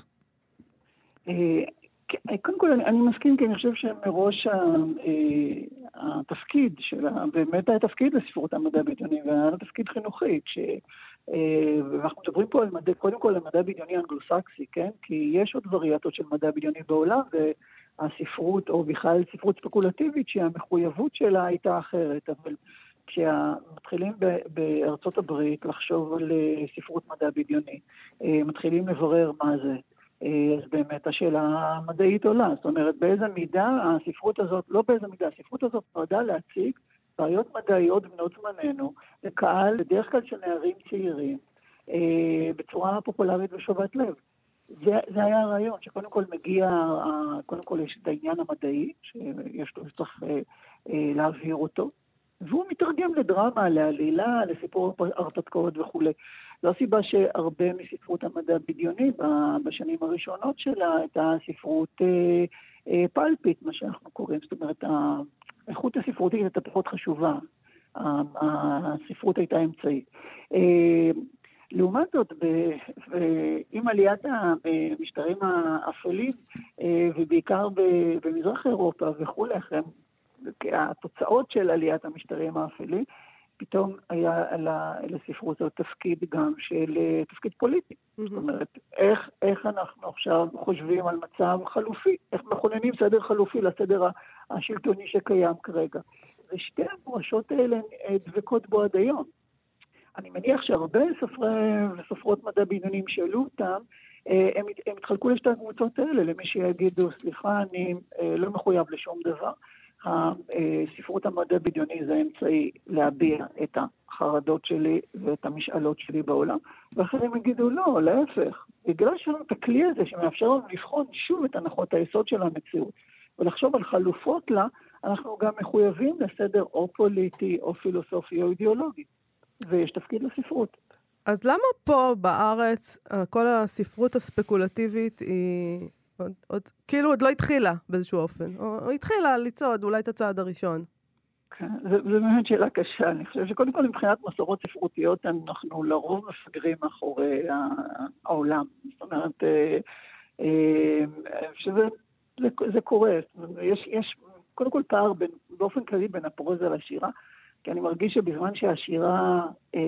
קודם כל, אני מסכים, כי אני חושב שמראש התפקיד שלה, באמת היה תפקיד לספרות המדע בדיוני, והיה תפקיד חינוכי, ואנחנו מדברים פה קודם כל על מדע בדיוני אנגלוסקסי, כן? כי יש עוד וריאטות של מדע בדיוני בעולם, והספרות, או בכלל ספרות ספקולטיבית, שהמחויבות שלה הייתה אחרת, אבל כשמתחילים בארצות הברית לחשוב על ספרות מדע בדיוני, מתחילים לברר מה זה, אז באמת השאלה המדעית עולה, זאת אומרת, באיזה מידה הספרות הזאת, לא באיזה מידה, הספרות הזאת נועדה להציג בעיות מדעיות בנות זמננו, לקהל, בדרך כלל של נערים צעירים, בצורה פופולרית ושובת לב. זה היה הרעיון, שקודם כל מגיע, קודם כל יש את העניין המדעי, שיש לו צריך להעביר אותו, והוא מתרגם לדרמה, לעלילה, לסיפור הרפתקאות וכו'. זו הסיבה שהרבה מספרות המדע בדיוני בשנים הראשונות שלה הייתה ספרות פלפית, מה שאנחנו קוראים, זאת אומרת, האיכות הספרותית הייתה פחות חשובה, הספרות הייתה אמצעית. לעומת זאת, עם עליית המשטרים האפלים, ובעיקר במזרח אירופה וכו', התוצאות של עליית המשטרים האפלים, פתאום היה לספרות הזאת תפקיד גם של תפקיד פוליטי. זאת אומרת, איך אנחנו עכשיו חושבים על מצב חלופי, איך מכוננים סדר חלופי לסדר השלטוני שקיים כרגע. ושתי המורשות האלה דבקות בו עד היום. אני מניח שהרבה סופרי וסופרות מדע בדיוני שאלו אותם, הם התחלקו לשתי הקבוצות האלה, למי שיגידו, סליחה, אני לא מחויב לשום דבר. הספרות המדע בדיוני זה אמצעי להביע את החרדות שלי ואת המשאלות שלי בעולם, ואחרים יגידו לא, להפך, בגלל שיש לנו את הכלי הזה שמאפשר לנו לבחון שוב את הנחות היסוד של המציאות, ולחשוב על חלופות לה, אנחנו גם מחויבים לסדר או פוליטי או פילוסופי או אידיאולוגי, ויש תפקיד לספרות. אז למה פה בארץ כל הספרות הספקולטיבית היא... כאילו עוד לא התחילה באיזשהו אופן, או התחילה לצעוד אולי את הצעד הראשון. כן, זה באמת שאלה קשה. אני חושב שקודם כל מבחינת מסורות ספרותיות אנחנו לרוב מפגרים מאחורי העולם. זאת אומרת, שזה קורה. יש קודם כל פער באופן כללי בין הפרוזה לשירה, כי אני מרגיש שבזמן שהשירה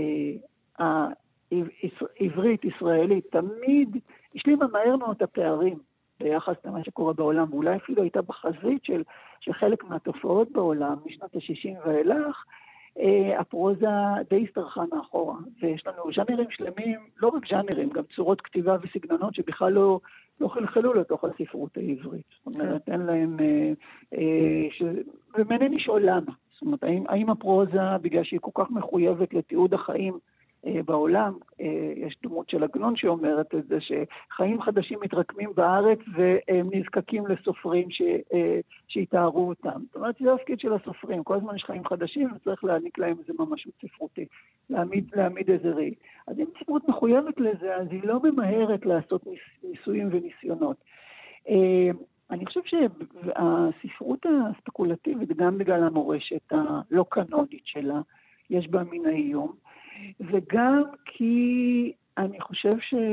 העברית, ישראלית, תמיד השלימה מהר מאוד את הפערים ביחס למה שקורה בעולם, ואולי אפילו הייתה בחזית של חלק מהתופעות בעולם, משנת ה-60 ואילך, הפרוזה די הסתרחה מאחורה, ויש לנו ז'אנרים שלמים, לא רק ז'אנרים, גם צורות כתיבה וסגנונות שבכלל לא חלחלו לתוך הספרות העברית. זאת אומרת, אין להם, ומעניין לשאול למה. זאת אומרת, האם הפרוזה, בגלל שהיא כל כך מחויבת לתיעוד החיים בעולם, יש דמות של עגנון שאומרת את זה, שחיים חדשים מתרקמים בארץ והם נזקקים לסופרים שיתארו אותם. זאת אומרת, זה התפקיד של הסופרים, כל הזמן יש חיים חדשים וצריך להעניק להם איזה ממשות ספרותי, להעמיד איזה ראי. אז אם ספרות מחויבת לזה, אז היא לא ממהרת לעשות ניסויים וניסיונות. אני חושב שהספרות הספקולטיבית, גם בגלל המורשת הלא קנונית שלה, יש בה מן האיום, וגם כי אני חושב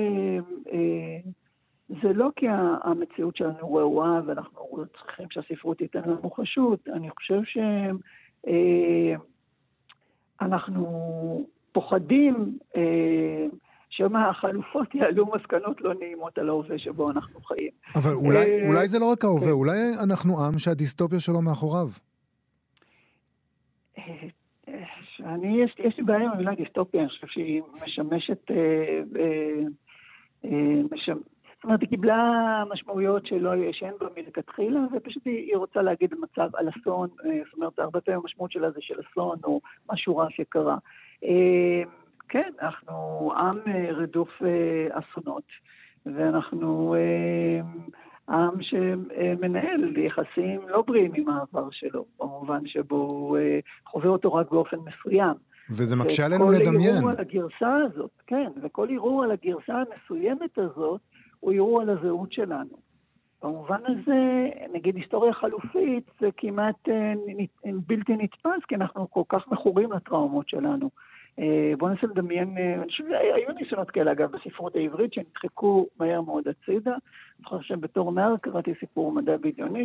שזה לא כי המציאות שלנו רעועה ואנחנו צריכים שהספרות תיתן לנו חשות, אני חושב שאנחנו פוחדים שמה החלופות יעלו מסקנות לא נעימות על ההווה שבו אנחנו חיים. אבל אולי זה לא רק ההווה, אולי אנחנו עם שהדיסטופיה שלו מאחוריו. יש לי בעיה עם המילה דיסטופיה, אני חושב שהיא משמשת, זאת אומרת, היא קיבלה משמעויות שאין בה מלכתחילה, ופשוט היא רוצה להגיד מצב על אסון, זאת אומרת, הרבה פעמים המשמעות שלה זה של אסון, או משהו רע שקרה. כן, אנחנו עם רדוף אסונות, ואנחנו עם שמנהל יחסים לא בריאים עם העבר שלו, במובן שבו הוא חווה אותו רק באופן מסוים. וזה מקשה עלינו לדמיין. וכל ערעור על הגרסה הזאת, כן, וכל ערעור על הגרסה המסוימת הזאת, הוא ערעור על הזהות שלנו. במובן הזה, נגיד היסטוריה חלופית, זה כמעט בלתי נתפס, כי אנחנו כל כך מכורים לטראומות שלנו. בואו ננסה לדמיין, היו ניסיונות כאלה אגב בספרות העברית שנדחקו מהר מאוד הצידה. אני חושב שבתור נער קראתי סיפור מדע בדיוני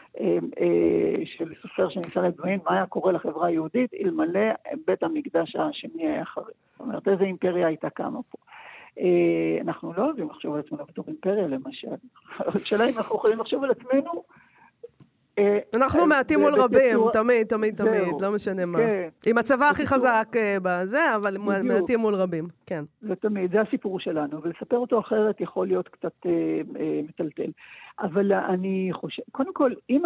של סופר שניסה לדמיין מה היה קורה לחברה היהודית אלמלא בית המקדש השני היה חריב. זאת אומרת, איזה אימפריה הייתה קמה פה. אנחנו לא אוהבים לחשוב על עצמנו בתור אימפריה למשל. השאלה אם אנחנו יכולים לחשוב על עצמנו אנחנו מעטים מול רבים, תמיד, לא משנה מה. עם הצבא הכי חזק בזה, אבל מעטים מול רבים, כן. זה תמיד, זה הסיפור שלנו, ולספר אותו אחרת יכול להיות קצת מטלטל. אבל אני חושב, קודם כל, אם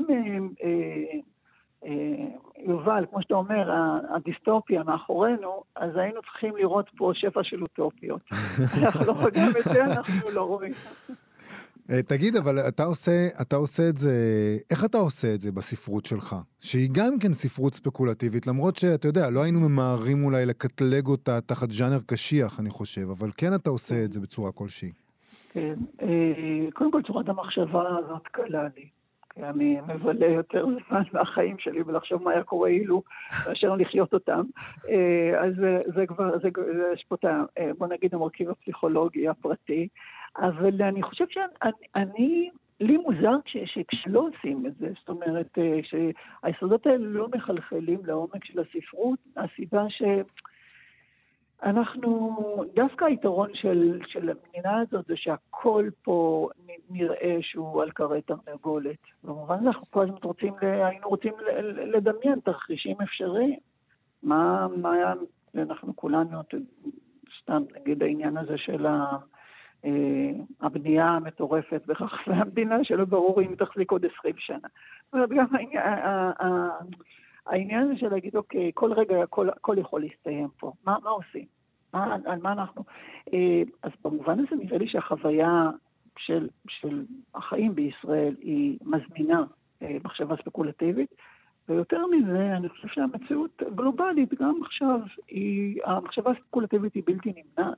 יובל, כמו שאתה אומר, הדיסטופיה מאחורינו, אז היינו צריכים לראות פה שפע של אוטופיות. גם את זה אנחנו לא רואים. תגיד, אבל אתה עושה את זה, איך אתה עושה את זה בספרות שלך? שהיא גם כן ספרות ספקולטיבית, למרות שאתה יודע, לא היינו ממהרים אולי לקטלג אותה תחת ז'אנר קשיח, אני חושב, אבל כן אתה עושה את זה בצורה כלשהי. כן, קודם כל צורת המחשבה הזאת קלה לי. כי אני מבלה יותר זמן מהחיים שלי ולחשוב מה היה קורה אילו, מאשר לחיות אותם. אז זה כבר, יש פה, בוא נגיד, המרכיב הפסיכולוגי הפרטי, אבל אני חושב לי מוזר כשלא עושים את זה, זאת אומרת, שהיסודות האלה לא מחלחלים לעומק של הספרות, הסיבה שאנחנו, דווקא היתרון של המדינה הזאת זה שהכל פה נראה שהוא על קרי תרנגולת. במובן הזה אנחנו כל הזמן היינו רוצים לדמיין תרחישים אפשריים. מה היה, אנחנו כולנו, סתם נגיד העניין הזה של הבנייה המטורפת ברחבי המדינה, שלא ברור אם תחזיק עוד 20 שנה. זאת אומרת, גם העניין הזה של להגיד, אוקיי, כל רגע הכל יכול להסתיים פה. מה עושים? על מה אנחנו? אז במובן הזה נראה לי שהחוויה של החיים בישראל היא מזמינה מחשבה ספקולטיבית, ויותר מזה, אני חושב שהמציאות גלובלית גם עכשיו, המחשבה הספקולטיבית היא בלתי נמנעת.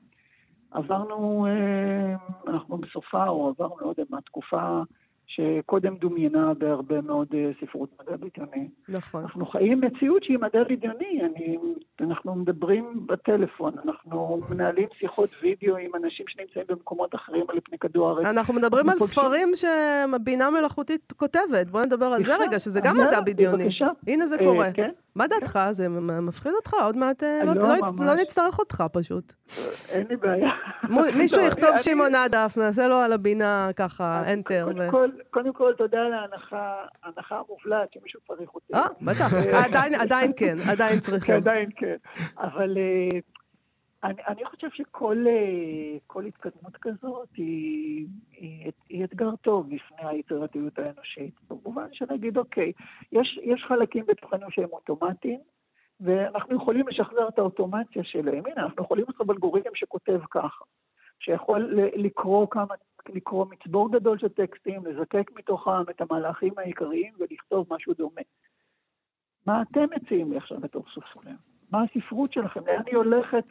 אנחנו בסופה, או עברנו עוד מהתקופה שקודם דומיינה בהרבה מאוד ספרות מדע בדיוני. נכון. אנחנו חיים מציאות שהיא מדע בדיוני, אנחנו מדברים בטלפון, אנחנו מנהלים שיחות וידאו עם אנשים שנמצאים במקומות אחרים על פני כדור הארץ. אנחנו מדברים על ספרים שבינה מלאכותית כותבת, בואו נדבר על זה רגע, שזה גם מדע בדיוני. הנה זה קורה. מה דעתך? זה מפחיד אותך? עוד מעט לא נצטרך אותך פשוט. אין לי בעיה. מישהו יכתוב שמעון עדף, נעשה לו על הבינה ככה, אנטר. קודם כל, תודה על ההנחה המובלעת שמישהו צריך אותי. בטח, עדיין כן, עדיין צריכים. עדיין כן, אבל אני חושב שכל התקדמות כזאת היא אתגר טוב לפני היצירתיות האנושית. במובן שנגיד, אוקיי, יש חלקים בתוכנו שהם אוטומטיים, ואנחנו יכולים לשחזר את האוטומציה שלהם. הנה, אנחנו יכולים לעשות אלגוריתם שכותב ככה, שיכול לקרוא מצבור גדול של טקסטים, לזקק מתוכם את המהלכים העיקריים ולכתוב משהו דומה. מה אתם מציעים לי עכשיו בתור סופרים? מה הספרות שלכם? לאן היא הולכת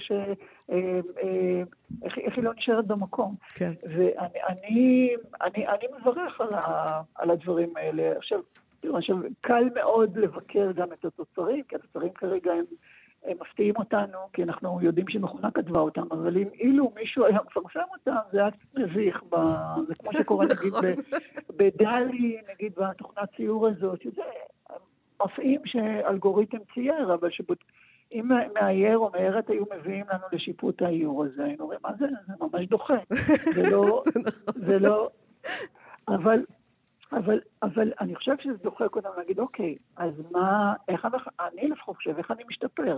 איך היא לא נשארת במקום? כן. ואני מברך על הדברים האלה. עכשיו, קל מאוד לבקר גם את התוצרים, כי התוצרים כרגע הם מפתיעים אותנו, כי אנחנו יודעים שמכונה כתבה אותם, אבל אילו מישהו היה מפרסם אותם, זה היה קצת מביך, זה כמו שקורה נגיד בדלי, נגיד בתוכנת ציור הזאת, שזה מפעים שאלגוריתם צייר, אבל אם מאייר או מאיירת היו מביאים לנו לשיפוט האיור הזה, היינו רואים, מה זה? זה ממש דוחה. זה לא, אבל אני חושב שזה דוחה קודם להגיד, אוקיי, אז איך אני לפחות חושב, איך אני משתפר?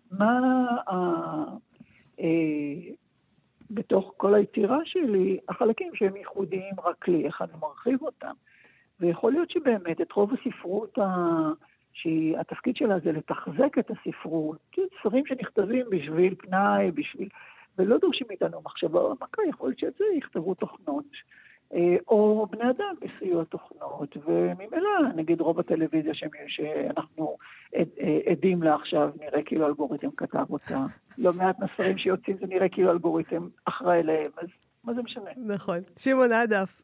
בתוך כל היצירה שלי, החלקים שהם ייחודיים רק לי, איך אני מרחיב אותם? ויכול להיות שבאמת את רוב הספרות, שהתפקיד שלה זה לתחזק את הספרות, ספרים שנכתבים בשביל פנאי, ולא דורשים איתנו מחשבה, יכול להיות שאת זה יכתבו תוכנות. או בני אדם בסיוע תוכנות, וממילא, נגיד רוב הטלוויזיה שאנחנו עדים לה עכשיו, נראה כאילו אלגוריתם כתב אותה. לא מעט מסרים שיוצאים, זה נראה כאילו אלגוריתם אחראי להם, אז מה זה משנה? נכון. שמעון עדף,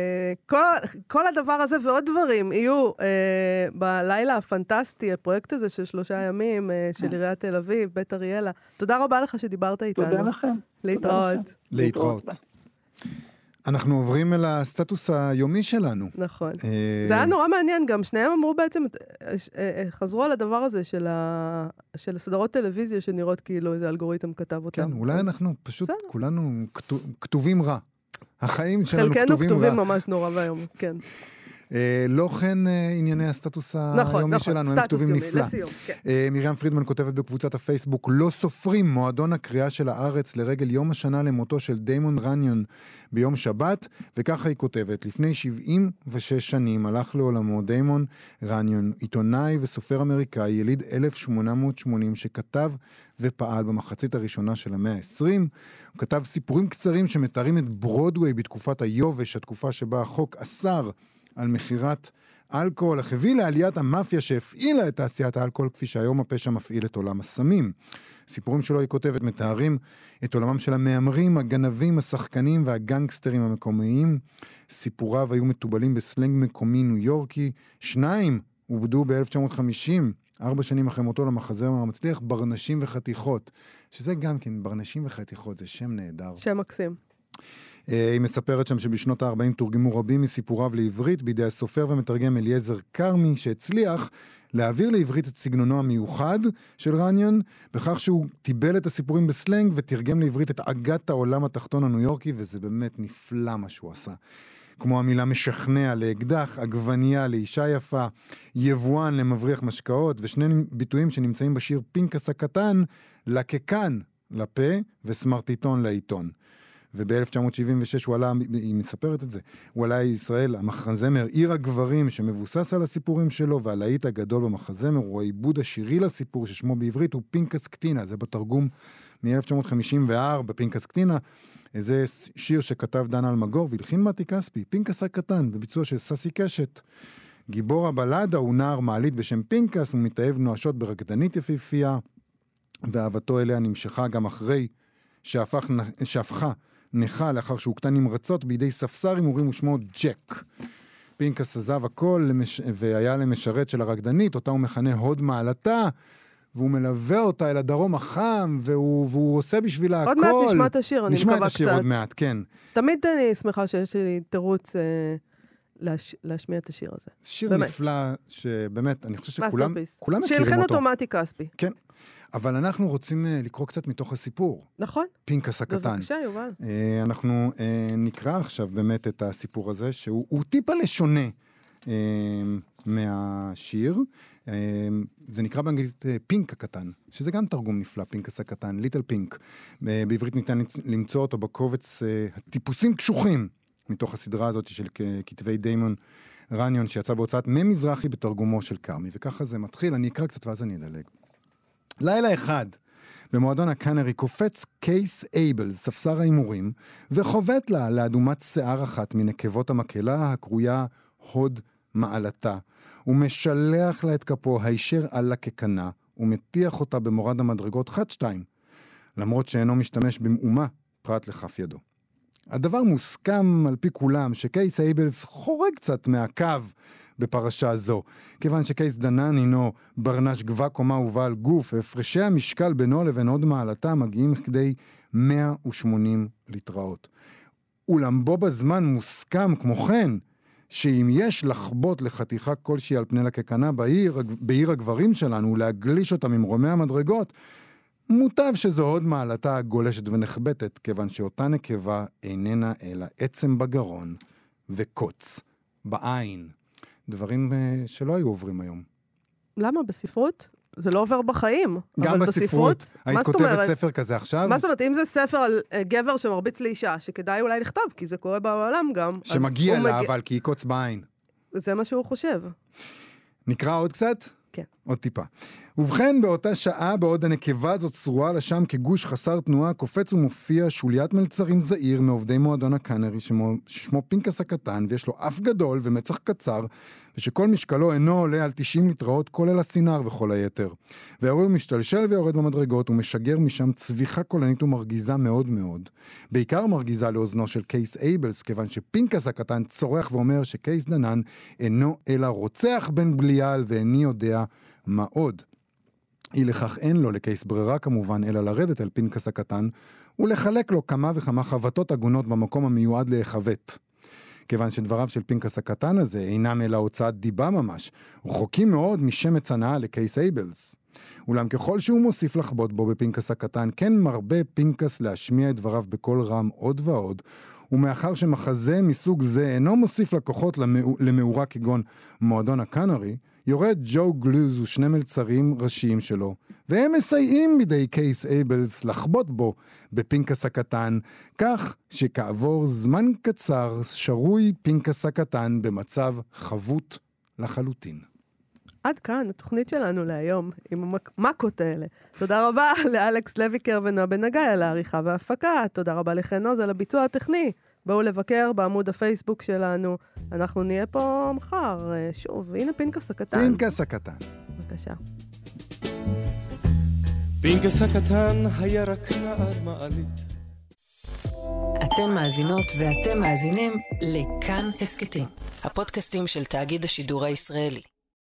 כל הדבר הזה ועוד דברים יהיו בלילה הפנטסטי, הפרויקט הזה של 3 ימים, של עיריית תל אביב, בית אריאלה. תודה רבה לך שדיברת איתנו. תודה לכם. להתראות. להתראות. אנחנו עוברים אל הסטטוס היומי שלנו. נכון. זה היה נורא מעניין, גם שניהם אמרו בעצם, חזרו על הדבר הזה של סדרות טלוויזיה שנראות כאילו איזה אלגוריתם כתב אותם. כן, אולי אנחנו פשוט כולנו כתובים רע. החיים שלנו חלקנו כתובים רע. כתובים ממש נורא והיום, כן. לא כן ענייני הסטטוס היומי שלנו, הם כתובים נפלא. מרים פרידמן כותבת בקבוצת הפייסבוק, לא סופרים מועדון הקריאה של הארץ לרגל יום השנה למותו של דיימון רניון ביום שבת, וככה היא כותבת, לפני 76 שנים הלך לעולמו דיימון רניון, עיתונאי וסופר אמריקאי, יליד 1880 שכתב ופעל במחצית הראשונה של המאה ה-20. הוא כתב סיפורים קצרים שמתארים את ברודווי בתקופת היובש, התקופה שבה החוק אסר על מחירת אלכוהול, אך הביא לעליית המאפיה שהפעילה את תעשיית האלכוהול, כפי שהיום הפשע מפעיל את עולם הסמים. סיפורים שלו, היא כותבת, מתארים את עולמם של המאמרים, הגנבים, השחקנים והגנגסטרים המקומיים. סיפוריו היו מטובלים בסלנג מקומי ניו יורקי. 2 עובדו ב-1950, 4 שנים אחרי מותו למחזמר המצליח, ברנשים וחתיכות. שזה גם כן, ברנשים וחתיכות, זה שם נהדר. שם מקסים. היא מספרת שם שבשנות ה-40 תורגמו רבים מסיפוריו לעברית בידי הסופר ומתרגם אליעזר כרמי, שהצליח להעביר לעברית את סגנונו המיוחד של רניון, בכך שהוא טיבל את הסיפורים בסלנג ותרגם לעברית את עגת העולם התחתון הניו יורקי, וזה באמת נפלא מה שהוא עשה. כמו המילה משכנע לאקדח, עגבנייה לאישה יפה, יבואן למבריח משקאות, ושני ביטויים שנמצאים בשיר פינקס הקטן, לקקן לפה וסמרטיטון לעיתון. וב-1976 הוא עלה, היא מספרת את זה, הוא עלה לישראל, המחזמר עיר הגברים, שמבוסס על הסיפורים שלו, והלהיט הגדול במחזמר הוא העיבוד השירי לסיפור, ששמו בעברית הוא פינקס קטינה, זה בתרגום מ-1954, פינקס קטינה, זה שיר שכתב דן אלמגור, והלחין מתי כספי, פינקס הקטן, בביצוע של ססי קשת. גיבור הבלדה הוא נער מעלית בשם פינקס, הוא מתאהב נואשות ברקדנית יפיפייה, ואהבתו אליה נמשכה גם אחרי שהפכה נכה לאחר שהוקטן נמרצות בידי ספסר הימורים ושמו ג'ק. פינקס עזב הכל והיה למשרת של הרקדנית, אותה הוא מכנה הוד מעלתה, והוא מלווה אותה אל הדרום החם, והוא עושה בשבילה הכל. עוד מעט נשמע את השיר, אני מקווה קצת. נשמע את השיר עוד מעט, כן. תמיד אני שמחה שיש לי תירוץ להשמיע את השיר הזה. שיר נפלא, שבאמת, אני חושב שכולם מכירים אותו. שילחן אותו מתי כספי. כן. אבל אנחנו רוצים לקרוא קצת מתוך הסיפור. נכון. פינקס הקטן. בבקשה, יובל. אנחנו נקרא עכשיו באמת את הסיפור הזה, שהוא טיפה לשונה מהשיר. זה נקרא באנגלית פינק הקטן, שזה גם תרגום נפלא, פינקס הקטן, ליטל פינק. בעברית ניתן למצוא אותו בקובץ הטיפוסים קשוחים, מתוך הסדרה הזאת של כתבי דיימון רניון, שיצא בהוצאת ממזרחי בתרגומו של כרמי. וככה זה מתחיל, אני אקרא קצת ואז אני אדלג. לילה אחד, במועדון הקאנרי, קופץ קייס אייבלס, ספסר האימורים, וחובט לה לאדומת שיער אחת מנקבות המקהלה הקרויה הוד מעלתה. הוא משלח לה את כפו הישר על לקקנה, ומטיח אותה במורד המדרגות 1-2, למרות שאינו משתמש במאומה פרט לכף ידו. הדבר מוסכם על פי כולם שקייס אייבלס חורג קצת מהקו בפרשה זו, כיוון שקייס דנן הינו ברנש גבה קומה ובעל גוף, והפרשי המשקל בינו לבין הוד מעלתה מגיעים כדי 180 ליטראות. אולם בו בזמן מוסכם כמו כן, שאם יש לחבוט לחתיכה כלשהי על פני לקקנה בעיר הגברים שלנו, ולהגליש אותה ממרומי המדרגות, מוטב שזו הוד מעלתה גולשת ונחבטת, כיוון שאותה נקבה איננה אלא עצם בגרון וקוץ בעין. דברים שלא היו עוברים היום. למה? בספרות? זה לא עובר בחיים. גם בספרות? היית כותבת ספר כזה עכשיו? מה זאת אומרת? אם זה ספר על גבר שמרביץ לאישה, שכדאי אולי לכתוב, כי זה קורה בעולם גם. שמגיע לה, אבל כי היא קוץ בעין. זה מה שהוא חושב. נקרא עוד קצת? כן. עוד טיפה. ובכן, באותה שעה, בעוד הנקבה הזאת צרועה לשם כגוש חסר תנועה, קופץ ומופיע שוליית מלצרים זעיר מעובדי מועדון הקאנרי, ששמו פינקס הקטן, ויש לו אף גדול ומצח קצר, ושכל משקלו אינו עולה על 90 ליטראות, כולל הסינר וכל היתר. והרי הוא משתלשל ויורד במדרגות, ומשגר משם צביחה קולנית ומרגיזה מאוד מאוד. בעיקר מרגיזה לאוזנו של קייס אייבלס, כיוון שפינקס הקטן צורח ואומר שקייס דנן אינו אלא רוצח בן בליעל, ואיני יודע מה עוד. אי לכך אין לו לקייס ברירה כמובן, אלא לרדת אל פינקס הקטן, ולחלק לו כמה וכמה חבטות הגונות במקום המיועד להיחבט. כיוון שדבריו של פינקס הקטן הזה אינם אלא הוצאת דיבה ממש, רחוקים מאוד משמץ הנאה לקייס אייבלס. אולם ככל שהוא מוסיף לחבוט בו בפינקס הקטן, כן מרבה פינקס להשמיע את דבריו בכל רם עוד ועוד, ומאחר שמחזה מסוג זה אינו מוסיף לקוחות למאורה כגון מועדון הקאנרי, יורד ג'ו גלוז ושני מלצרים ראשיים שלו, והם מסייעים בידי קייס אייבלס לחבוט בו בפינקס הקטן, כך שכעבור זמן קצר שרוי פינקס הקטן במצב חבוט לחלוטין. עד כאן התוכנית שלנו להיום, עם המקות האלה. תודה רבה לאלכס לויקר ונועה בן נגי על העריכה וההפקה. תודה רבה לכן עוז על הביצוע הטכני. בואו לבקר בעמוד הפייסבוק שלנו. אנחנו נהיה פה מחר. שוב, הנה פינקס הקטן. פינקס הקטן. בבקשה. פינקס הקטן היה רק נער מעלית. אתן מאזינות ואתם מאזינים לכאן הסקטים, הפודקאסטים של תאגיד השידור הישראלי.